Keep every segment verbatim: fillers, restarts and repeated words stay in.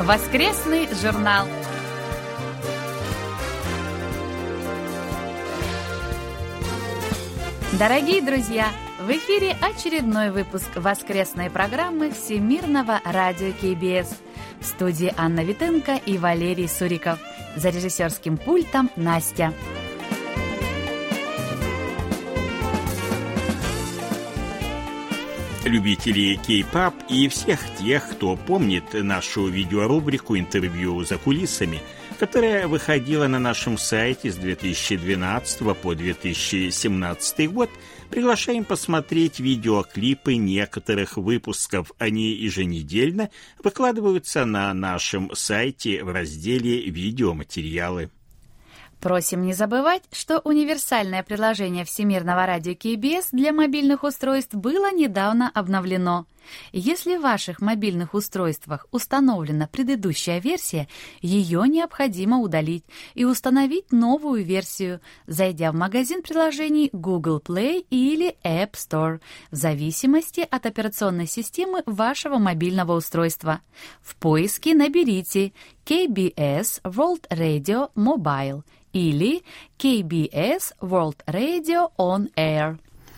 Воскресный журнал. Дорогие друзья, в эфире очередной выпуск воскресной программы Всемирного радио кей би эс. В студии Анна Витенко и Валерий Суриков. За режиссерским пультом Настя. Любители кей-поп и всех тех, кто помнит нашу видеорубрику «Интервью за кулисами», которая выходила на нашем сайте с две тысячи двенадцатого по две тысячи семнадцатый год, приглашаем посмотреть видеоклипы некоторых выпусков. Они еженедельно выкладываются на нашем сайте в разделе «Видеоматериалы». Просим не забывать, что универсальное приложение Всемирного радио кей би эс для мобильных устройств было недавно обновлено. Если в ваших мобильных устройствах установлена предыдущая версия, ее необходимо удалить и установить новую версию, зайдя в магазин приложений Google Play или App Store, в зависимости от операционной системы вашего мобильного устройства. В поиске наберите кей би эс World Radio Mobile или кей би эс World Radio On Air.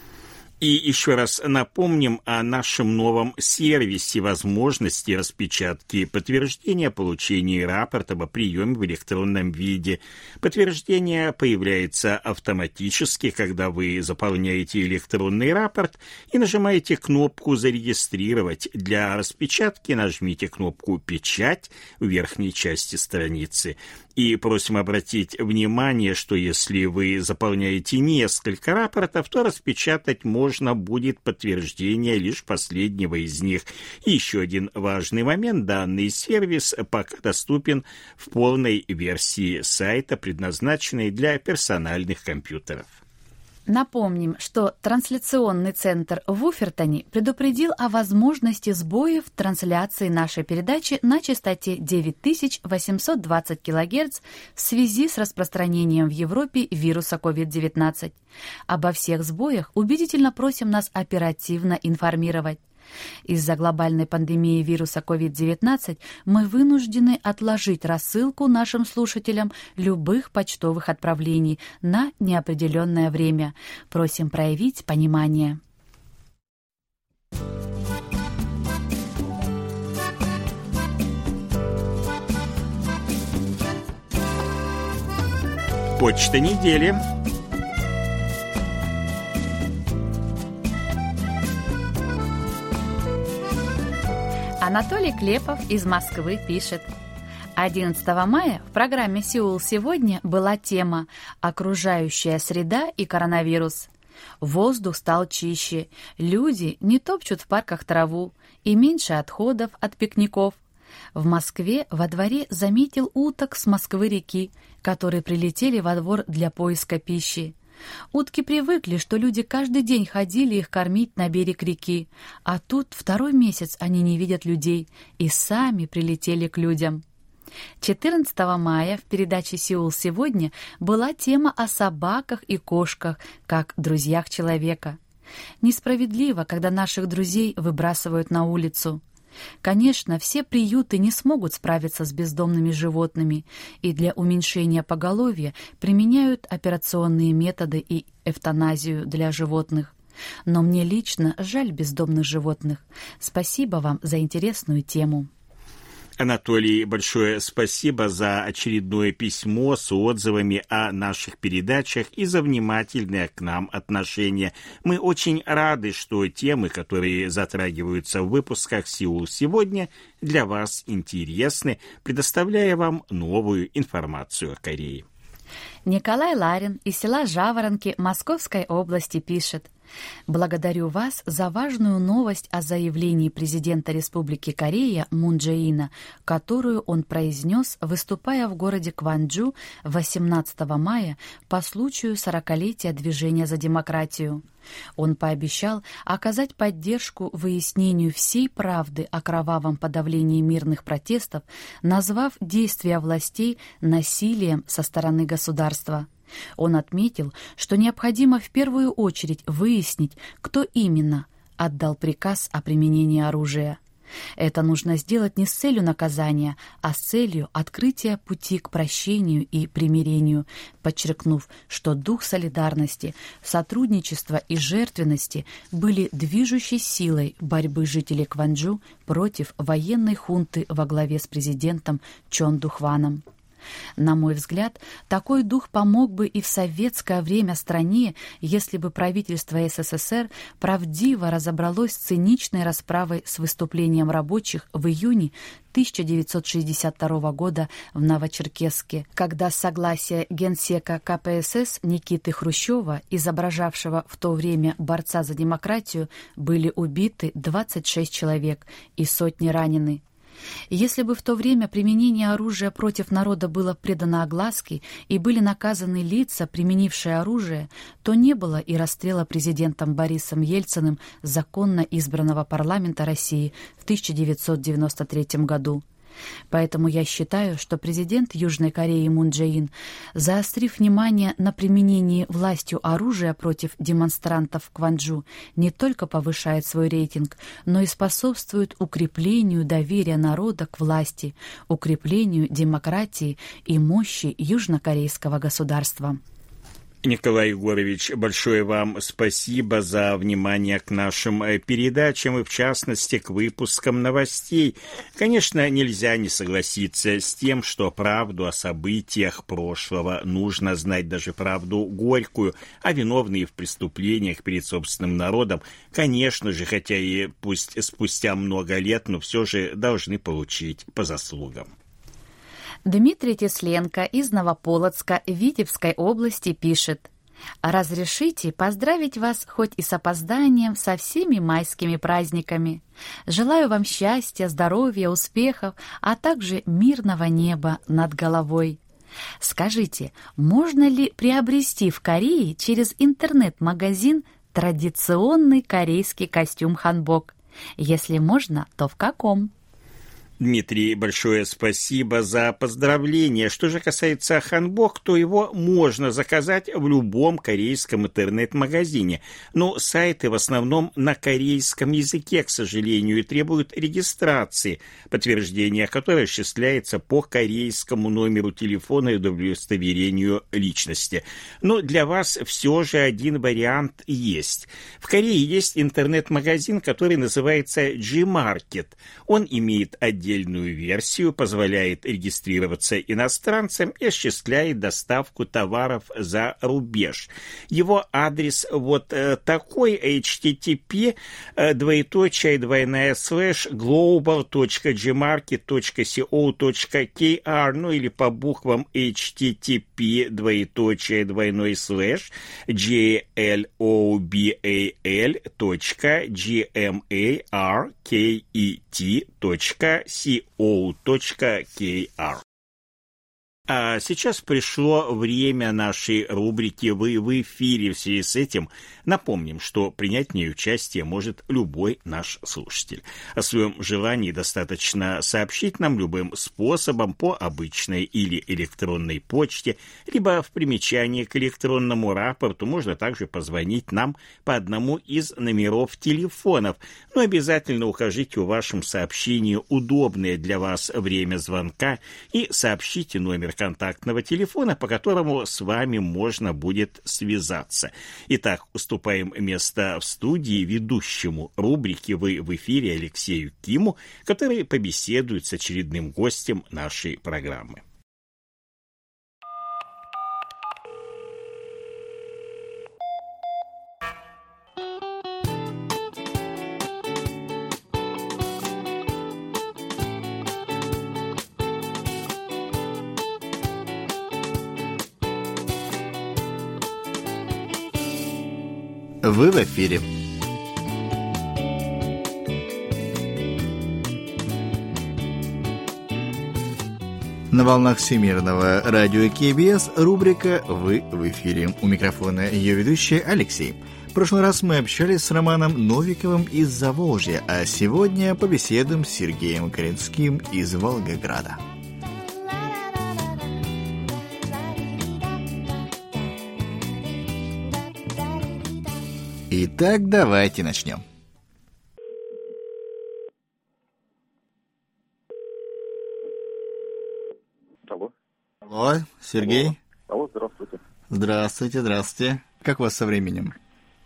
И еще раз напомним о нашем новом сервисе возможности распечатки подтверждения получения рапорта о приеме в электронном виде. Подтверждение появляется автоматически, когда вы заполняете электронный рапорт и нажимаете кнопку «Зарегистрировать». Для распечатки нажмите кнопку «Печать» в верхней части страницы. И просим обратить внимание, что если вы заполняете несколько рапортов, то распечатать можно будет подтверждение лишь последнего из них. И еще один важный момент. Данный сервис пока доступен в полной версии сайта, предназначенной для персональных компьютеров. Напомним, что трансляционный центр в Уфертоне предупредил о возможности сбоев в трансляции нашей передачи на частоте девять тысяч восемьсот двадцать килогерц в связи с распространением в Европе вируса ковид девятнадцать. Обо всех сбоях убедительно просим нас оперативно информировать. Из-за глобальной пандемии вируса ковид девятнадцать мы вынуждены отложить рассылку нашим слушателям любых почтовых отправлений на неопределенное время. Просим проявить понимание. Почта недели. Анатолий Клепов из Москвы пишет. одиннадцатого мая в программе «Сеул сегодня» была тема «Окружающая среда и коронавирус». Воздух стал чище, люди не топчут в парках траву и меньше отходов от пикников. В Москве во дворе заметил уток с Москвы-реки, которые прилетели во двор для поиска пищи. Утки привыкли, что люди каждый день ходили их кормить на берег реки, а тут второй месяц они не видят людей и сами прилетели к людям. четырнадцатого мая в передаче «Сеул сегодня» была тема о собаках и кошках, как друзьях человека. Несправедливо, когда наших друзей выбрасывают на улицу. Конечно, все приюты не смогут справиться с бездомными животными и для уменьшения поголовья применяют операционные методы и эвтаназию для животных. Но мне лично жаль бездомных животных. Спасибо вам за интересную тему. Анатолий, большое спасибо за очередное письмо с отзывами о наших передачах и за внимательное к нам отношение. Мы очень рады, что темы, которые затрагиваются в выпусках «Сеул сегодня», для вас интересны, предоставляя вам новую информацию о Корее. Николай Ларин из села Жаворонки Московской области пишет. Благодарю вас за важную новость о заявлении президента Республики Корея Мун Чжэ Ина, которую он произнес, выступая в городе Кванджу восемнадцатого мая по случаю сорокалетия движения за демократию. Он пообещал оказать поддержку выяснению всей правды о кровавом подавлении мирных протестов, назвав действия властей насилием со стороны государства. Он отметил, что необходимо в первую очередь выяснить, кто именно отдал приказ о применении оружия. Это нужно сделать не с целью наказания, а с целью открытия пути к прощению и примирению, подчеркнув, что дух солидарности, сотрудничества и жертвенности были движущей силой борьбы жителей Кванджу против военной хунты во главе с президентом Чон Духваном. На мой взгляд, такой дух помог бы и в советское время стране, если бы правительство СССР правдиво разобралось с циничной расправой с выступлением рабочих в июне тысяча девятьсот шестьдесят второго года в Новочеркесске, когда с согласия генсека ка пэ эс эс Никиты Хрущева, изображавшего в то время борца за демократию, были убиты двадцать шесть человек и сотни ранены. Если бы в то время применение оружия против народа было предано огласке и были наказаны лица, применившие оружие, то не было и расстрела президентом Борисом Ельциным законно избранного парламента России в тысяча девятьсот девяносто третьем году. Поэтому я считаю, что президент Южной Кореи Мун Чжэ Ин, заострив внимание на применении властью оружия против демонстрантов в Кванджу, не только повышает свой рейтинг, но и способствует укреплению доверия народа к власти, укреплению демократии и мощи южнокорейского государства. Николай Егорович, большое вам спасибо за внимание к нашим передачам и, в частности, к выпускам новостей. Конечно, нельзя не согласиться с тем, что правду о событиях прошлого нужно знать, даже правду горькую, а виновные в преступлениях перед собственным народом, конечно же, хотя и пусть спустя много лет, но все же должны получить по заслугам. Дмитрий Тесленко из Новополоцка Витебской области пишет: «Разрешите поздравить вас хоть и с опозданием со всеми майскими праздниками. Желаю вам счастья, здоровья, успехов, а также мирного неба над головой. Скажите, можно ли приобрести в Корее через интернет-магазин традиционный корейский костюм ханбок? Если можно, то в каком?» Дмитрий, большое спасибо за поздравления. Что же касается ханбок, то его можно заказать в любом корейском интернет-магазине. Но сайты в основном на корейском языке, к сожалению, и требуют регистрации, подтверждение которой осуществляется по корейскому номеру телефона и удостоверению личности. Но для вас все же один вариант есть. В Корее есть интернет-магазин, который называется Gmarket. Он имеет отдельную версию, позволяет регистрироваться иностранцам и осуществляет доставку товаров за рубеж. Его адрес вот э, такой: эйч ти ти пи двоеточие двойная слэш глобал точка джимаркет точка ко точка кей ар, ну или по буквам эйч ти ти пи двоеточие двойной слэш глобал точка джимаркет точка ко точка кей ар. А сейчас пришло время нашей рубрики «Вы в эфире». В связи с этим напомним, что принять в ней участие может любой наш слушатель. О своем желании достаточно сообщить нам любым способом по обычной или электронной почте, либо в примечании к электронному рапорту. Можно также позвонить нам по одному из номеров телефонов. Но обязательно укажите в вашем сообщении удобное для вас время звонка и сообщите номер контактного телефона, по которому с вами можно будет связаться. Итак, уступаем место в студии ведущему рубрики «Вы в эфире» Алексею Киму, который побеседует с очередным гостем нашей программы. Вы в эфире. На волнах Всемирного радио кей би эс рубрика «Вы в эфире». У микрофона ее ведущий Алексей. В прошлый раз мы общались с Романом Новиковым из Заволжья, а сегодня побеседуем с Сергеем Коренским из Волгограда. Итак, давайте начнем. Алло, Сергей? Алло, Алло здравствуйте. Здравствуйте, здравствуйте. Как у вас со временем?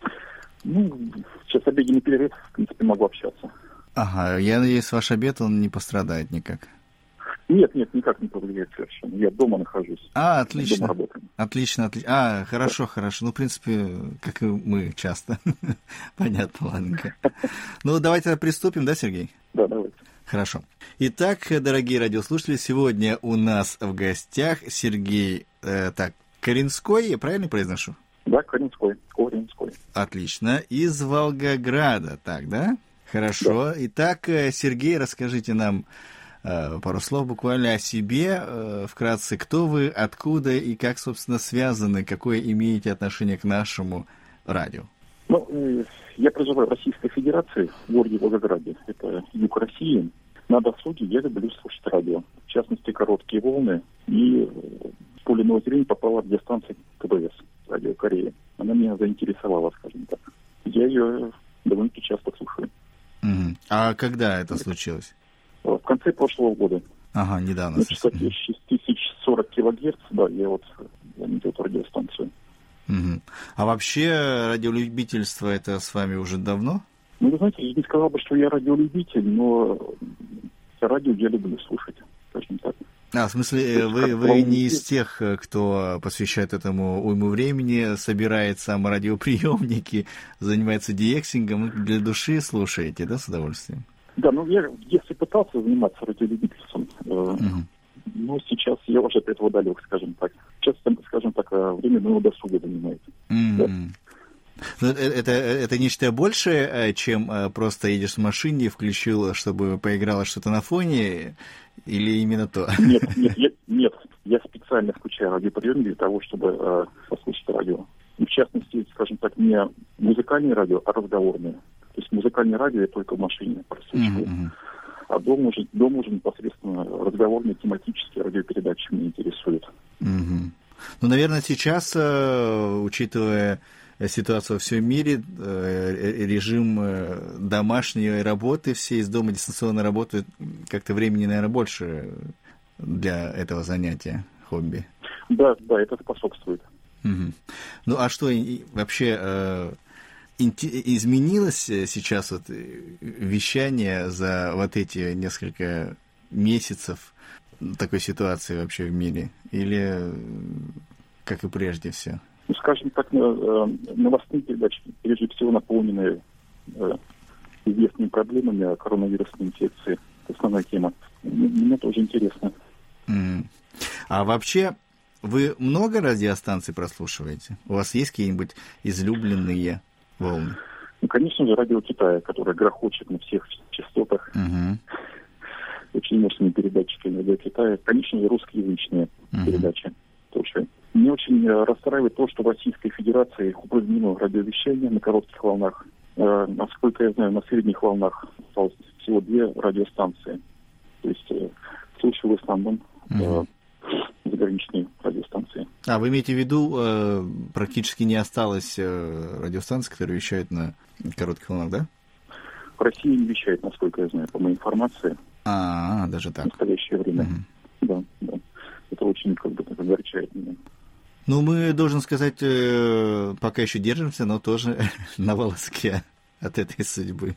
Ну, сейчас обеденный перерыв, в принципе, могу общаться. Ага, я надеюсь, ваш обед, он не пострадает никак. Нет, нет, никак не повлияет совершенно. Я дома нахожусь. А, отлично. Дома работаю. Отлично, отлично. А, хорошо, да. хорошо. Ну, в принципе, как и мы часто. Понятно, ладненько. Ну, давайте приступим, да, Сергей? Да, давайте. Хорошо. Итак, дорогие радиослушатели, сегодня у нас в гостях Сергей, э, так, Коренской, я правильно произношу? Да, Коренской, Коренской. Отлично. Из Волгограда, так, да? Хорошо. Да. Итак, Сергей, расскажите нам э, пару слов буквально о себе, э, вкратце, кто вы, откуда и как, собственно, связаны, какое имеете отношение к нашему радио? Ну, э, я проживаю в Российской Федерации, в городе Волгограде, это юг России. На досуге я люблю слушать радио, в частности, короткие волны, и в поле моего зрения попала радиостанция КБС, радио Корея. Она меня заинтересовала, скажем так. Я ее довольно-таки часто слушаю. Mm-hmm. А когда это случилось? В конце прошлого года. Ага, недавно. На частоте шесть тысяч сорок килогерц, да, я вот заметил эту радиостанцию. Mm-hmm. А вообще радиолюбительство это с вами уже давно? Ну, вы знаете, я не сказал бы, что я радиолюбитель, но радио я люблю слушать, скажем так. А, в смысле, вы, вы не из тех, кто посвящает этому уйму времени, собирает сам радиоприемники, занимается диексингом, для души слушаете, да, с удовольствием? Да, ну я в детстве пытался заниматься радиолюбительством, угу. но сейчас я уже от этого далек, скажем так. Сейчас, скажем так, время моего досуга занимает. Mm-hmm. Да. Это, это, это нечто большее, чем просто едешь в машине, включил, чтобы поиграло что-то на фоне, или именно то? Нет, нет, я, нет. Я специально включаю радиоприемник для того, чтобы э, послушать радио. И в частности, скажем так, не музыкальное радио, а разговорное. То есть музыкальное радио я только в машине прослушиваю. Mm-hmm. А дома уже, дома уже непосредственно разговорные тематические радиопередачи меня интересуют. Mm-hmm. Ну, наверное, сейчас, учитывая ситуацию во всем мире, режим домашней работы, все из дома дистанционно работают, как-то времени, наверное, больше для этого занятия, хобби. Да, да, это способствует. Угу. Ну, а что вообще изменилось сейчас вот вещание за вот эти несколько месяцев такой ситуации вообще в мире? Или как и прежде все? Ну, скажем так, новостные передачи, прежде всего, наполнены известными проблемами коронавирусной инфекции. Основная тема. Мне тоже интересно. Mm. А вообще, вы много радиостанций прослушиваете? У вас есть какие-нибудь излюбленные волны? Ну, конечно же, радио Китая, которое грохочет на всех частотах. Uh-huh. Очень мощными передатчиками радио Китая. Конечно же, русскоязычные uh-huh. передачи тоже. Мне очень расстраивает то, что в Российской Федерации упразднено радиовещание на коротких волнах. Э, насколько я знаю, на средних волнах осталось всего две радиостанции. То есть э, слушаю в основном э, заграничные радиостанции. А вы имеете в виду, э, практически не осталось э, радиостанций, которые вещают на коротких волнах, да? В России не вещает, насколько я знаю, по моей информации. А, даже так. В настоящее время. Угу. Да, да. Это очень как бы так огорчает меня. Ну, мы, должен сказать, пока еще держимся, но тоже на волоске от этой судьбы.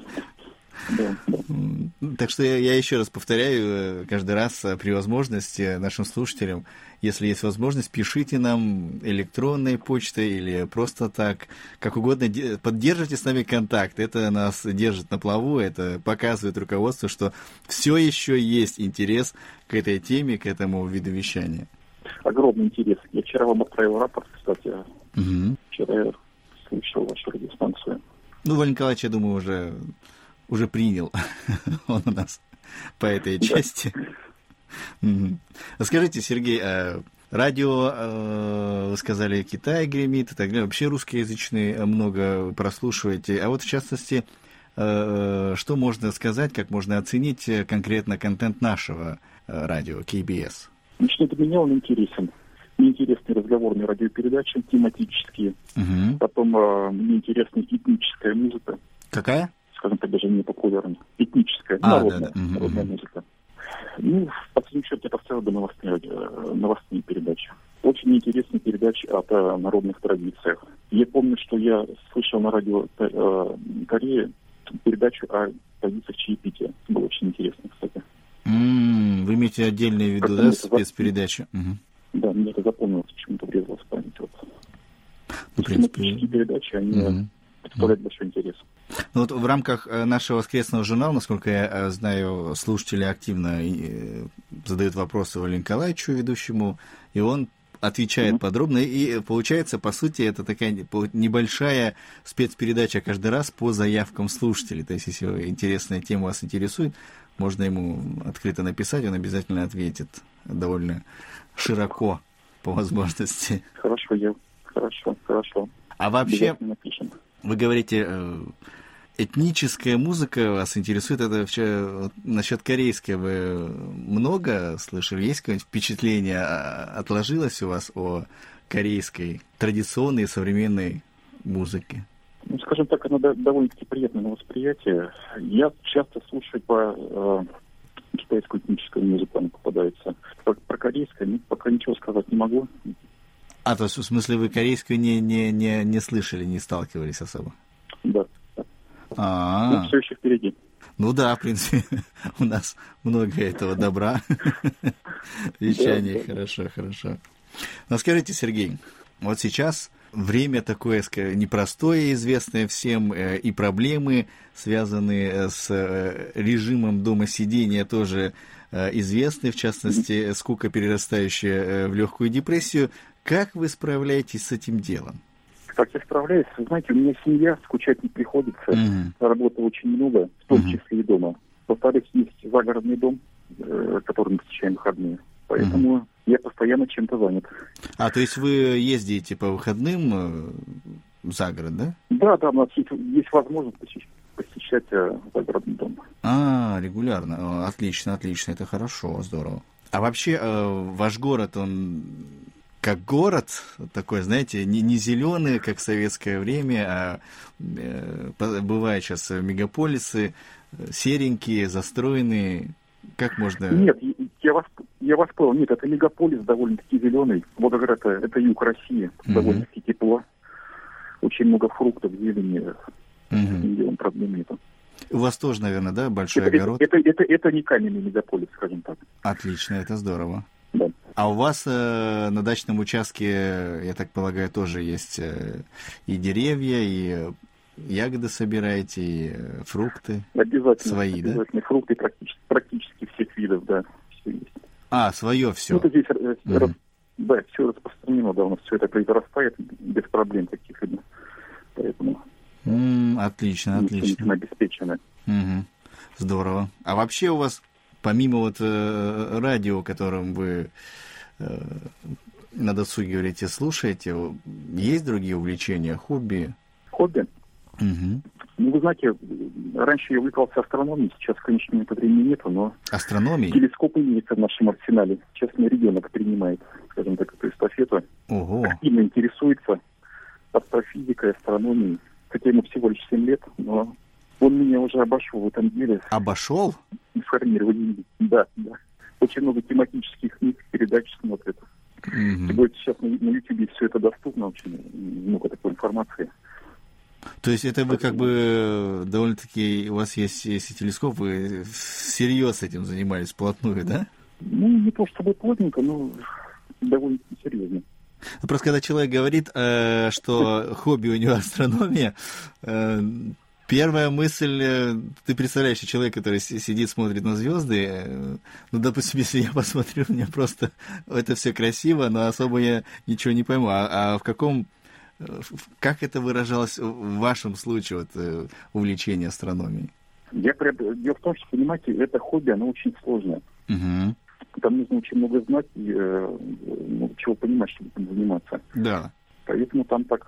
Да, да. Так что я, я еще раз повторяю, каждый раз при возможности нашим слушателям, если есть возможность, пишите нам электронной почтой или просто так, как угодно, поддержите с нами контакт. Это нас держит на плаву, это показывает руководству, что все еще есть интерес к этой теме, к этому виду вещания. Огромный интерес. Я вчера вам отправил рапорт, кстати. Угу. Вчера я слушал вашу радиостанцию. Ну, Владимир Николаевич, я думаю, уже, уже принял он у нас по этой части. Угу. Скажите, Сергей, а радио, вы сказали, Китай гремит и так далее. Вообще русскоязычные много прослушиваете. А вот, в частности, что можно сказать, как можно оценить конкретно контент нашего радио кей би эс? Лично для меня он интересен. Мне интересны разговорные радиопередачи, тематические. Угу. Потом э, мне интересна этническая музыка. Какая? Скажем так, даже не популярная. Этническая, а, народная, да, да. Угу. народная музыка. Ну, в последнем счете я поставил бы новостные, новостные передачи. Очень интересные передачи о, о народных традициях. Я помню, что я слышал на радио э, Кореи передачу о традициях чаепития. Было очень интересно, кстати. Mm, вы имеете отдельные в виду, да, спецпередачи? Угу. Да, мне это запомнилось, почему-то врезалось в память. Вот. Ну, в принципе... передачи, они mm-hmm. представляют mm-hmm. большой интерес. Ну, вот в рамках нашего воскресного журнала, насколько я знаю, слушатели активно задают вопросы Валерию Николаевичу, ведущему, и он отвечает mm-hmm. подробно, и получается, по сути, это такая небольшая спецпередача каждый раз по заявкам слушателей. То есть, если интересная тема вас интересует, можно ему открыто написать, он обязательно ответит довольно широко по возможности. Хорошо, я... Хорошо, хорошо. А вообще, вы говорите, этническая музыка вас интересует, это вообще насчет корейской вы много слышали? Есть какое-нибудь впечатление, отложилось у вас о корейской традиционной и современной музыке? Ну, скажем так, она довольно-таки приятная на восприятие. Я часто слушаю по э, китайскую этническую музыку, она попадается. Про, про корейскую, ну, пока ничего сказать не могу. А, то есть, в смысле, вы корейскую не, не, не, не слышали, не сталкивались особо? Да. А-а-а. Ну, все еще впереди. Ну да, в принципе, у нас много этого добра. Вещание, хорошо, хорошо. Но скажите, Сергей, вот сейчас время такое, непростое, известное всем, и проблемы, связанные с режимом домосидения, тоже известны, в частности, скука, перерастающая в легкую депрессию. Как вы справляетесь с этим делом? Как я справляюсь? Знаете, у меня семья, скучать не приходится. Mm-hmm. Работы очень много, в том mm-hmm. числе и дома. Во-вторых, есть загородный дом, э, который мы посещаем выходные. Поэтому mm-hmm. я постоянно чем-то занят. А, то есть вы ездите по выходным э, за город, да? Да, да, у нас есть, есть возможность посещать, посещать э, загородный дом. А, регулярно. Отлично, отлично, это хорошо, здорово. А вообще, э, ваш город, он... как город такой, знаете, не, не зеленый, как в советское время, а э, бывают сейчас мегаполисы серенькие, застроенные. Как можно... Нет, я вас, я вас понял. Нет, это мегаполис довольно-таки зеленый. Волгоград это, это юг России, uh-huh. довольно-таки тепло. Очень много фруктов, зелени. Uh-huh. Проблем нет. У вас тоже, наверное, да, большой это, огород? Это, это, это, это не каменный мегаполис, скажем так. Отлично, это здорово. Да. А у вас э, на дачном участке, я так полагаю, тоже есть э, и деревья, и ягоды собираете, и э, фрукты? Обязательно. Свои, обязательно. Да? Фрукты практически, практически всех видов, да, все есть. А, свое все? Ну, это здесь, э, mm-hmm. рас, да, все распространено, да, у нас все это произрастает без проблем каких-либо. Поэтому... Mm, отлично, отлично. Обеспечено. Mm-hmm. Здорово. А вообще у вас... Помимо вот э, радио, которым вы э, на досуге, говорите, слушаете, есть другие увлечения, хобби? Хобби? Угу. Ну, вы знаете, раньше я увлекался астрономией, сейчас, конечно, этого времени нету, но... Астрономией? Телескоп имеется в нашем арсенале. Сейчас мне ребенок принимает, скажем так, эту эстафету. Ого. Активно интересуется астрофизикой, астрономией. Хотя ему всего лишь семь лет, но... Он меня уже обошел в этом деле. Обошел? Информирование. Да, да. Очень много тематических книг, передач смотрит. Mm-hmm. Тем более сейчас на, на YouTube все это доступно, очень много такой информации. То есть это вы как бы довольно-таки, у вас есть, есть телескоп, вы всерьез этим занимались вплотную, да? Ну, не то чтобы плотненько, но довольно-таки серьезно. Просто когда человек говорит, э, что хобби у него астрономия, э, первая мысль, ты представляешь, человек, который сидит, смотрит на звезды, ну, допустим, если я посмотрю, у меня просто это все красиво, но особо я ничего не пойму. А, а в каком, как это выражалось в вашем случае, вот, увлечение астрономией? Я, дело в том, что, понимаете, это хобби, оно очень сложное. Угу. Там нужно очень много знать и ну, чего понимать, чтобы этим заниматься. Да. Поэтому там так,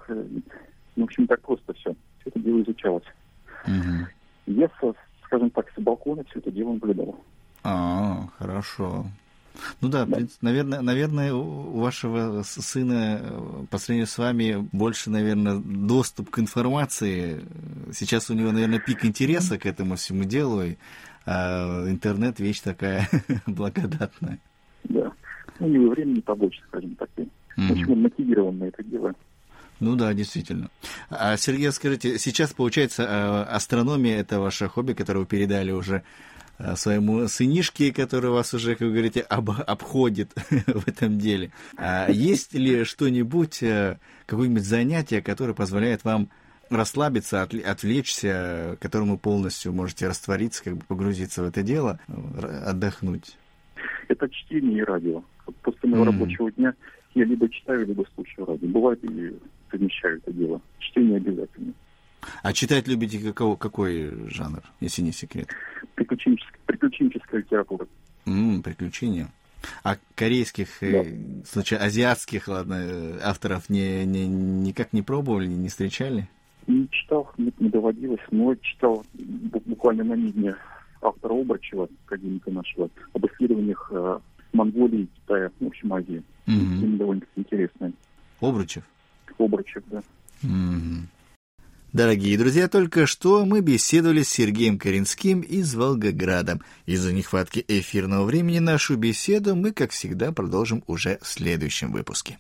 в общем, так просто все. Все это дело изучалось. Угу. Я, со, скажем так, с балкона все это дело наблюдал. А, хорошо. Ну да, да. Наверное, наверное, у вашего сына по сравнению с вами больше, наверное, доступ к информации. Сейчас у него, наверное, пик интереса к этому всему делу. И А интернет вещь такая благодатная. Да. Ну, не во времени побольше, скажем так. Mm-hmm. Очень мотивирован на это дело. Ну да, действительно. А, Сергей, скажите, сейчас, получается, астрономия – это ваше хобби, которое вы передали уже своему сынишке, который вас уже, как вы говорите, об, обходит в этом деле. А есть ли что-нибудь, какое-нибудь занятие, которое позволяет вам расслабиться, отвлечься, которому полностью можете раствориться, как бы погрузиться в это дело, отдохнуть? Это чтение и радио. После моего mm-hmm. рабочего дня я либо читаю, либо слушаю радио. Бывает и совмещаю это дело. Чтение обязательно. А читать любите какого, какой жанр, если не секрет? Приключенческая, приключенческая литература. Mm, приключения. А корейских, да. э, случай, азиатских, ладно, авторов не, не, никак не пробовали, не встречали? Не читал, не, не доводилось, но читал буквально на дне автора Обручева, академика нашего, об исследованиях э, Монголии, Китая, в общем, Азии. Mm-hmm. Это довольно-таки интересно. Обручев? Обручев, да. Mm-hmm. Дорогие друзья, только что мы беседовали с Сергеем Коренским из Волгограда. Из-за нехватки эфирного времени нашу беседу мы, как всегда, продолжим уже в следующем выпуске.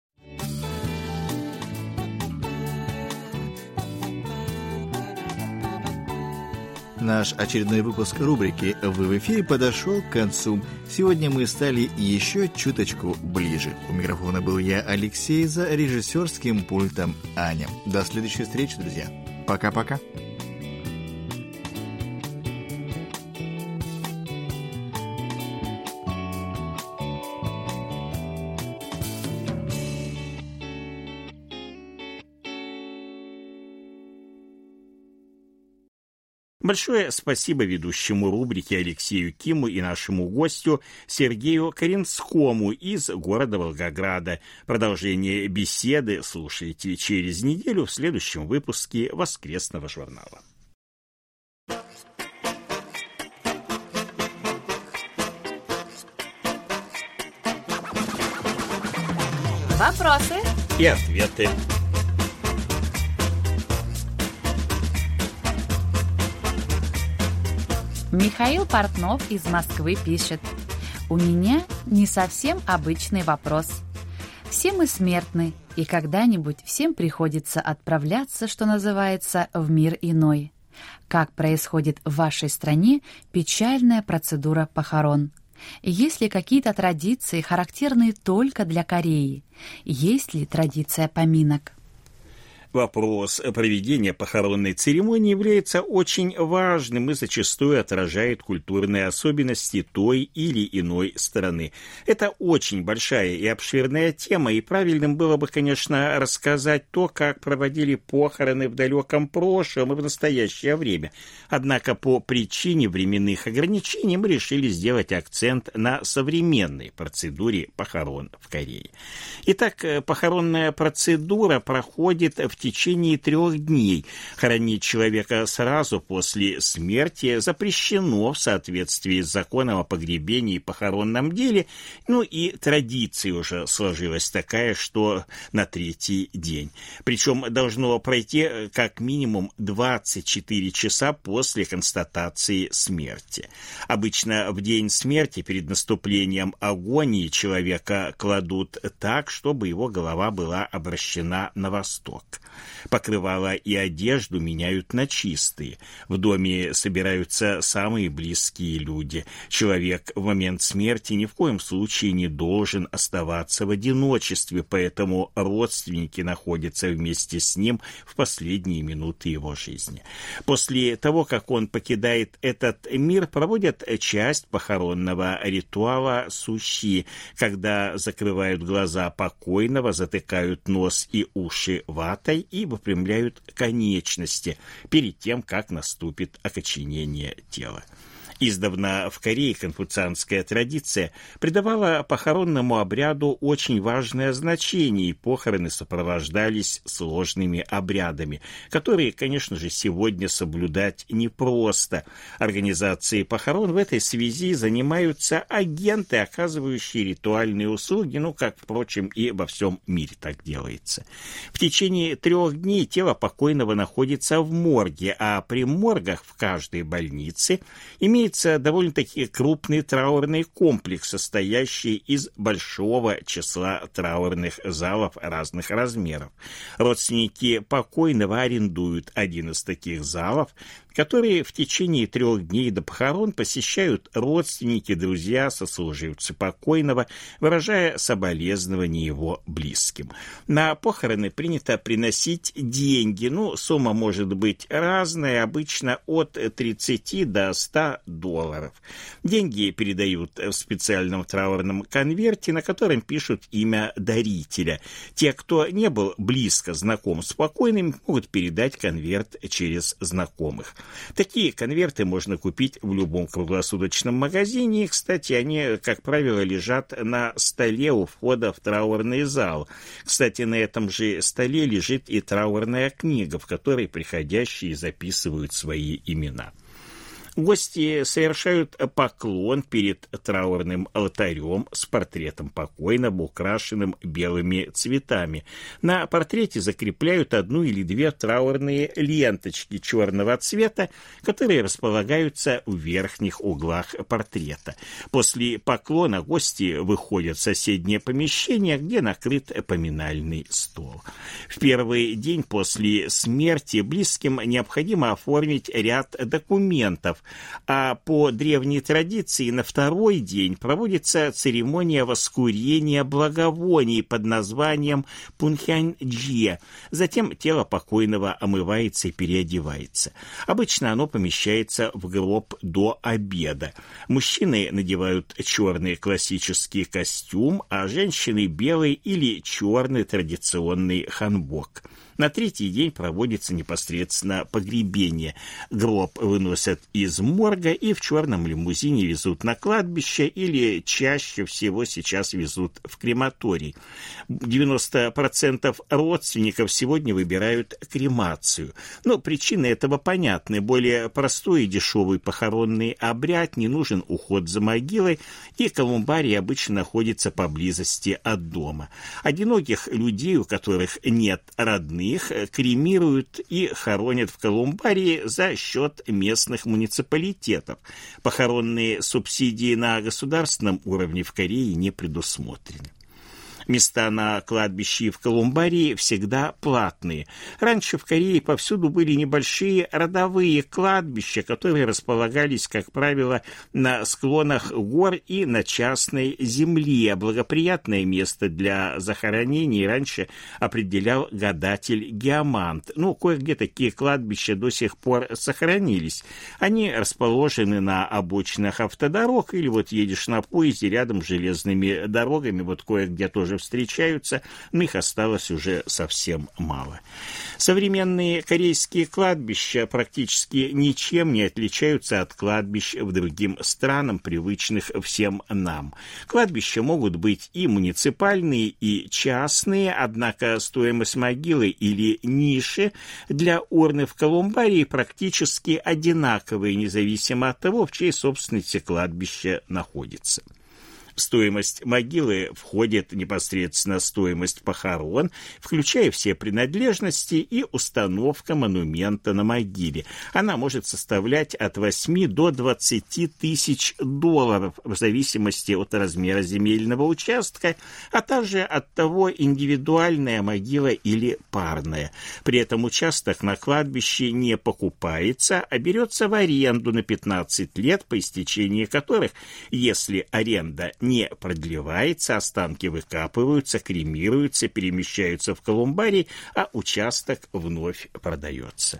Наш очередной выпуск рубрики «Вы в эфире» подошел к концу. Сегодня мы стали еще чуточку ближе. У микрофона был я, Алексей, за режиссерским пультом Аня. До следующей встречи, друзья. Пока-пока. Большое спасибо ведущему рубрики Алексею Киму и нашему гостю Сергею Коренскому из города Волгограда. Продолжение беседы слушайте через неделю в следующем выпуске «Воскресного журнала». Вопросы и ответы. Михаил Портнов из Москвы пишет: «У меня не совсем обычный вопрос. Все мы смертны, и когда-нибудь всем приходится отправляться, что называется, в мир иной. Как происходит в вашей стране печальная процедура похорон? Есть ли какие-то традиции, характерные только для Кореи? Есть ли традиция поминок?» Вопрос проведения похоронной церемонии является очень важным и зачастую отражает культурные особенности той или иной страны. Это очень большая и обширная тема, и правильным было бы, конечно, рассказать то, как проводили похороны в далеком прошлом и в настоящее время. Однако по причине временных ограничений мы решили сделать акцент на современной процедуре похорон в Корее. Итак, похоронная процедура проходит в В течение трех дней. Хоронить человека сразу после смерти запрещено в соответствии с законом о погребении и похоронном деле. Ну и традиция уже сложилась такая, что на третий день. Причем должно пройти как минимум двадцать четыре часа после констатации смерти. Обычно в день смерти перед наступлением агонии человека кладут так, чтобы его голова была обращена на восток. Покрывала и одежду меняют на чистые. В доме собираются самые близкие люди. Человек в момент смерти ни в коем случае не должен оставаться в одиночестве, поэтому родственники находятся вместе с ним в последние минуты его жизни. После того, как он покидает этот мир, проводят часть похоронного ритуала сущи, когда закрывают глаза покойного, затыкают нос и уши ватой и выпрямляют конечности перед тем, как наступит окоченение тела. Издавна в Корее конфуцианская традиция придавала похоронному обряду очень важное значение, и похороны сопровождались сложными обрядами, которые, конечно же, сегодня соблюдать непросто. Организацией похорон в этой связи занимаются агенты, оказывающие ритуальные услуги, ну, как, впрочем, и во всем мире так делается. В течение трех дней тело покойного находится в морге, а при моргах в каждой больнице имеется имеется довольно-таки крупный траурный комплекс, состоящий из большого числа траурных залов разных размеров. Родственники покойного арендуют один из таких залов, которые в течение трех дней до похорон посещают родственники, друзья, сослуживцы покойного, выражая соболезнования его близким. На похороны принято приносить деньги, ну, сумма может быть разная, обычно от тридцати до ста долларов. Деньги передают в специальном траурном конверте, на котором пишут имя дарителя. Те, кто не был близко знаком с покойным, могут передать конверт через знакомых. Такие конверты можно купить в любом круглосуточном магазине. И, кстати, они, как правило, лежат на столе у входа в траурный зал. Кстати, на этом же столе лежит и траурная книга, в которой приходящие записывают свои имена. Гости совершают поклон перед траурным алтарем с портретом покойного, украшенным белыми цветами. На портрете закрепляют одну или две траурные ленточки черного цвета, которые располагаются в верхних углах портрета. После поклона гости выходят в соседнее помещение, где накрыт поминальный стол. В первый день после смерти близким необходимо оформить ряд документов, а по древней традиции на второй день проводится церемония воскурения благовоний под названием пунхянджи. Затем тело покойного омывается и переодевается. Обычно оно помещается в гроб до обеда. Мужчины надевают черный классический костюм, а женщины белый или черный традиционный ханбок. На третий день проводится непосредственно погребение. Гроб выносят из морга и в черном лимузине везут на кладбище или чаще всего сейчас везут в крематорий. девяносто процентов родственников сегодня выбирают кремацию. Но причины этого понятны. Более простой и дешевый похоронный обряд, не нужен уход за могилой, и колумбарий обычно находится поблизости от дома. Одиноких людей, у которых нет родных, их кремируют и хоронят в колумбарии за счет местных муниципалитетов. Похоронные субсидии на государственном уровне в Корее не предусмотрены. Места на кладбище и в колумбарии всегда платные. Раньше в Корее повсюду были небольшие родовые кладбища, которые располагались, как правило, на склонах гор и на частной земле. Благоприятное место для захоронений раньше определял гадатель-геомант. Ну, кое-где такие кладбища до сих пор сохранились. Они расположены на обочинах автодорог, или вот едешь на поезде рядом с железными дорогами, вот кое-где тоже встречаются, но их осталось уже совсем мало. Современные корейские кладбища практически ничем не отличаются от кладбищ в другим странам, привычных всем нам. Кладбища могут быть и муниципальные, и частные, однако стоимость могилы или ниши для урны в колумбарии практически одинаковые, независимо от того, в чьей собственности кладбище находится. В стоимость могилы входит непосредственно стоимость похорон, включая все принадлежности, и установка монумента на могиле. Она может составлять от восьми до двадцати тысяч долларов в зависимости от размера земельного участка, а также от того, индивидуальная могила или парная. При этом участок на кладбище не покупается, а берется в аренду на пятнадцать лет, по истечении которых, если аренда не продлевается, останки выкапываются, кремируются, перемещаются в колумбарий, а участок вновь продается.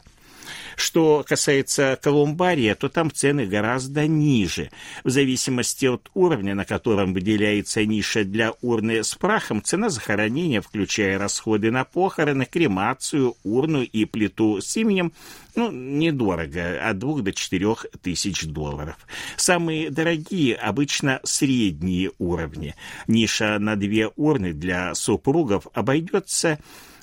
Что касается колумбария, то там цены гораздо ниже. В зависимости от уровня, на котором выделяется ниша для урны с прахом, цена захоронения, включая расходы на похороны, кремацию, урну и плиту с именем, ну, недорого, от двух до четырех тысяч долларов. Самые дорогие обычно средние уровни. Ниша на две урны для супругов обойдется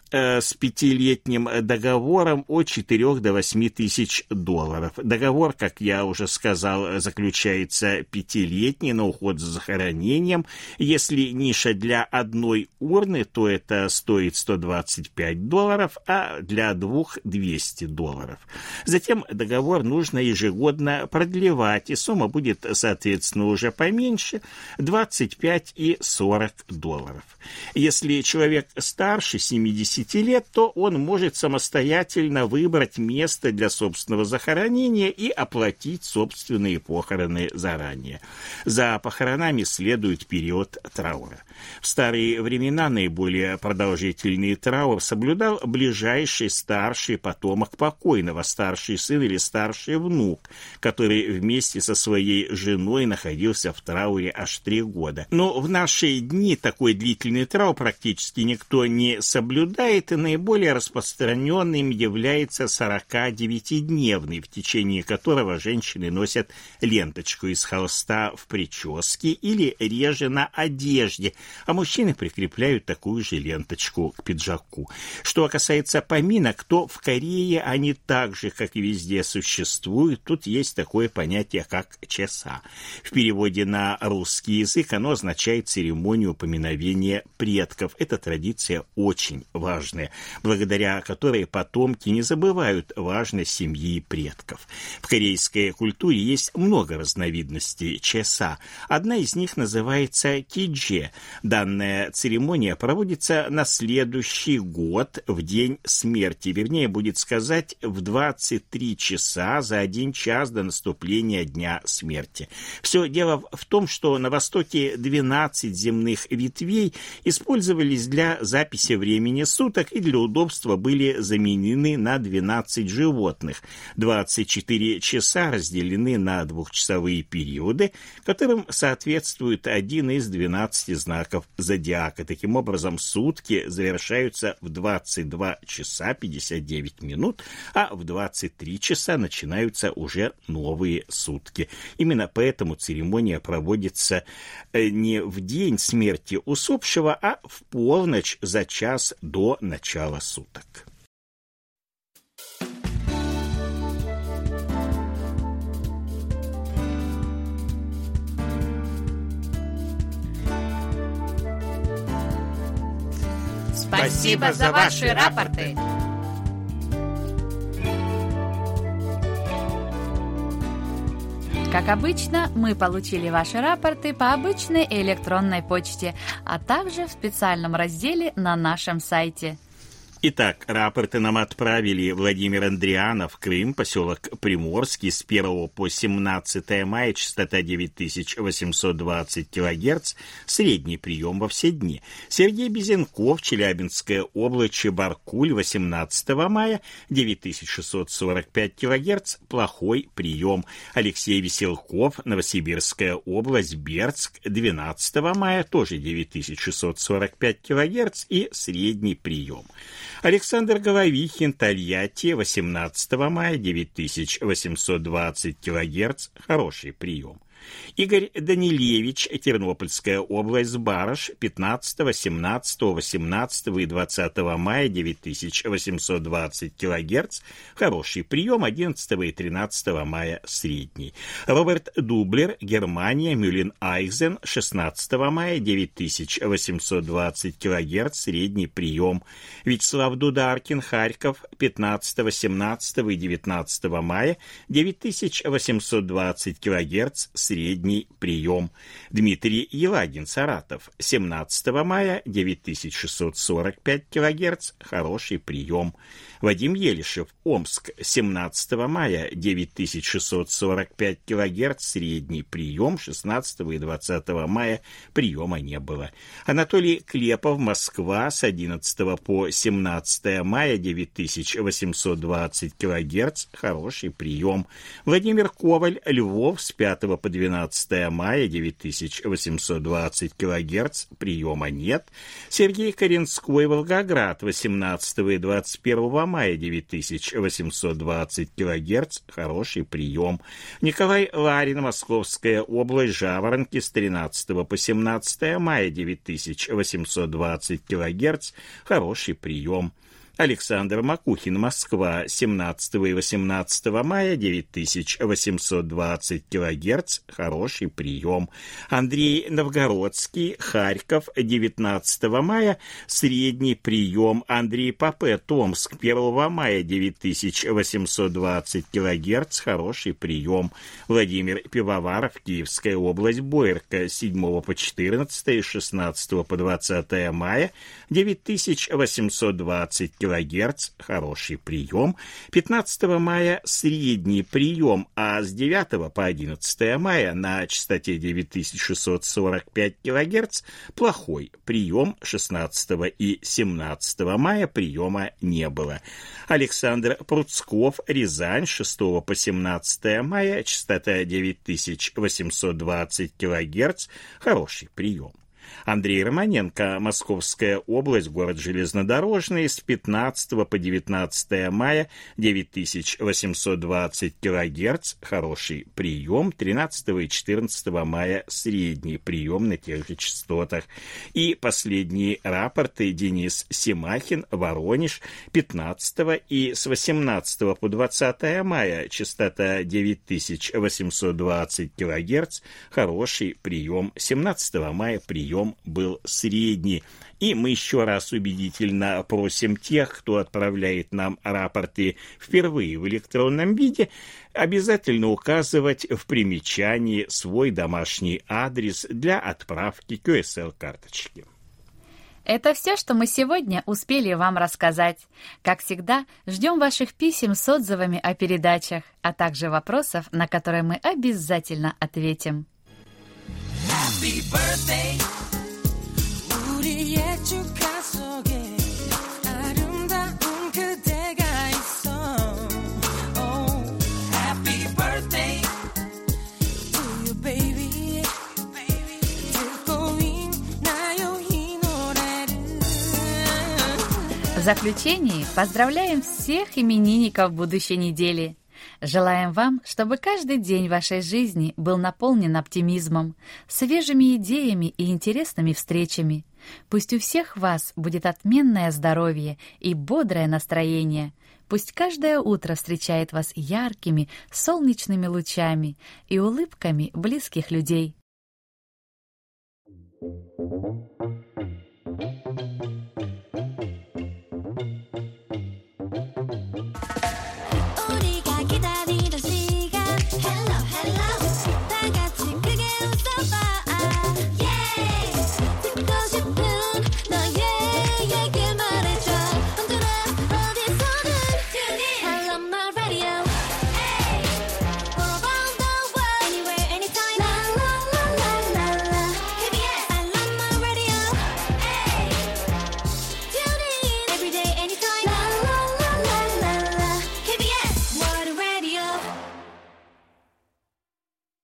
э, с пятилетним договором от четырёх до восьми тысяч долларов. Договор, как я уже сказал, заключается пятилетний на уход за захоронением. Если ниша для одной урны, то это стоит сто двадцать пять долларов, а для двух – двести долларов. Затем договор нужно ежегодно продлевать, и сумма будет, соответственно, уже поменьше – двадцать пять и сорок долларов. Если человек старше семидесяти лет, то он может самостоятельно выбрать место для собственного захоронения и оплатить собственные похороны заранее. За похоронами следует период траура. В старые времена наиболее продолжительный траур соблюдал ближайший старший потомок покойного, старший сын или старший внук, который вместе со своей женой находился в трауре аж три года. Но в наши дни такой длительный траур практически никто не соблюдает, и наиболее распространенным является сорокадевятидневный, в течение которого женщины носят ленточку из холста в прическе или реже на одежде, а мужчины прикрепляют такую же ленточку к пиджаку. Что касается поминок, то в Корее они так же, как и везде, существуют. Тут есть такое понятие, как чеса. В переводе на русский язык оно означает церемонию поминовения предков. Эта традиция очень важная, благодаря которой потомки не забывают важность семьи и предков. В корейской культуре есть много разновидностей чеса. Одна из них называется кидже. Данная церемония проводится на следующий год в день смерти, вернее, будет сказать, в двадцать три часа за один час до наступления дня смерти. Все дело в том, что на Востоке двенадцать земных ветвей использовались для записи времени суток и для удобства были заменены на двенадцать животных. двадцать четыре часа разделены на двухчасовые периоды, которым соответствует один из двенадцати знаков зодиака. Таким образом, сутки завершаются в двадцать два часа пятьдесят девять минут, а в двадцать три часа начинаются уже новые сутки. Именно поэтому церемония проводится не в день смерти усопшего, а в полночь за час до начала суток. Спасибо за ваши рапорты. Как обычно, мы получили ваши рапорты по обычной электронной почте, а также в специальном разделе на нашем сайте. Итак, рапорты нам отправили Владимир Андрианов, Крым, поселок Приморский, с первого по семнадцатое мая, частота девять тысяч восемьсот двадцать килогерц, средний прием во все дни. Сергей Безенков, Челябинская область, Чебаркуль, восемнадцатого мая, девять тысяч шестьсот сорок пять килогерц, плохой прием. Алексей Веселков, Новосибирская область, Бердск, двенадцатого мая, тоже девять тысяч шестьсот сорок пять килогерц и средний прием. Александр Головихин, Тольятти, восемнадцатого мая, девять тысяч восемьсот двадцать килогерц, хороший прием. Игорь Данилевич, Тернопольская область, Барыш, пятнадцатого, семнадцатого, восемнадцатого и двадцатого мая, девять тысяч восемьсот двадцать килогерц, хороший прием, одиннадцатого и тринадцатого мая, средний. Роберт Дублер, Германия, Мюллен-Айхзен, шестнадцатого мая, девять тысяч восемьсот двадцать килогерц, средний прием. Вячеслав Дударкин, Харьков, пятнадцатого, семнадцатого и девятнадцатого мая, девять тысяч восемьсот двадцать килогерц, средний прием. Дмитрий Елагин, Саратов, семнадцатого мая, девять тысяч шестьсот сорок пять килогерц, хороший прием. Вадим Елишев, Омск, семнадцатого мая, девять тысяч шестьсот сорок пять килогерц, средний прием, шестнадцатого и двадцатого мая приема не было. Анатолий Клепов, Москва, с одиннадцатого по семнадцатое мая, девять тысяч восемьсот двадцать килогерц, хороший прием. Владимир Коваль, Львов, с пятого по двенадцатое мая девять тысяч восемьсот двадцать килогерц, приема нет. Сергей Коренской, Волгоград, восемнадцатого и двадцать первого мая девять тысяч восемьсот двадцать килогерц, хороший прием. Николай Ларин, Московская область, Жаворонки, с тринадцатого по семнадцатое мая девять тысяч восемьсот двадцать килогерц, хороший прием. Александр Макухин, Москва, семнадцатого и восемнадцатого мая девять тысяч восемьсот двадцать килогерц, хороший прием. Андрей Новгородский, Харьков, девятнадцатого мая, средний прием. Андрей Попе, Томск, первого мая девять тысяч восемьсот двадцать килогерц, хороший прием. Владимир Пивоваров, Киевская область, Боярка, седьмого по четырнадцатое и шестнадцатого по двадцатое мая, девять тысяч восемьсот двадцать килогерц, хороший прием. пятнадцатого мая средний прием, а с девятого по одиннадцатое мая на частоте девять тысяч шестьсот сорок пять килогерц плохой прием. шестнадцатого и семнадцатого мая приема не было. Александр Пруцков, Рязань, шестого по семнадцатое мая, частота девять тысяч восемьсот двадцать килогерц, хороший прием. Андрей Романенко, Московская область, город Железнодорожный, с пятнадцатого по девятнадцатое мая, девять тысяч восемьсот двадцать килогерц, хороший прием. тринадцатого и четырнадцатого мая средний прием на тех же частотах. И последние рапорты. Денис Семахин, Воронеж, пятнадцатого и с восемнадцатого по двадцатое мая, частота девять тысяч восемьсот двадцать килогерц, хороший прием. семнадцатого мая прием был средний. И мы еще раз убедительно просим тех, кто отправляет нам рапорты впервые в электронном виде, обязательно указывать в примечании свой домашний адрес для отправки кью эс эл-карточки. Это все, что мы сегодня успели вам рассказать. Как всегда, ждем ваших писем с отзывами о передачах, а также вопросов, на которые мы обязательно ответим. Happy birthday. 우리의 축하 속에 아름다운 그대가 있어. Oh, happy birthday to you, baby. 듣고 있나요 이 노래를. В заключении поздравляем всех именинников будущей недели. Желаем вам, чтобы каждый день вашей жизни был наполнен оптимизмом, свежими идеями и интересными встречами. Пусть у всех вас будет отменное здоровье и бодрое настроение. Пусть каждое утро встречает вас яркими, солнечными лучами и улыбками близких людей. Thank you.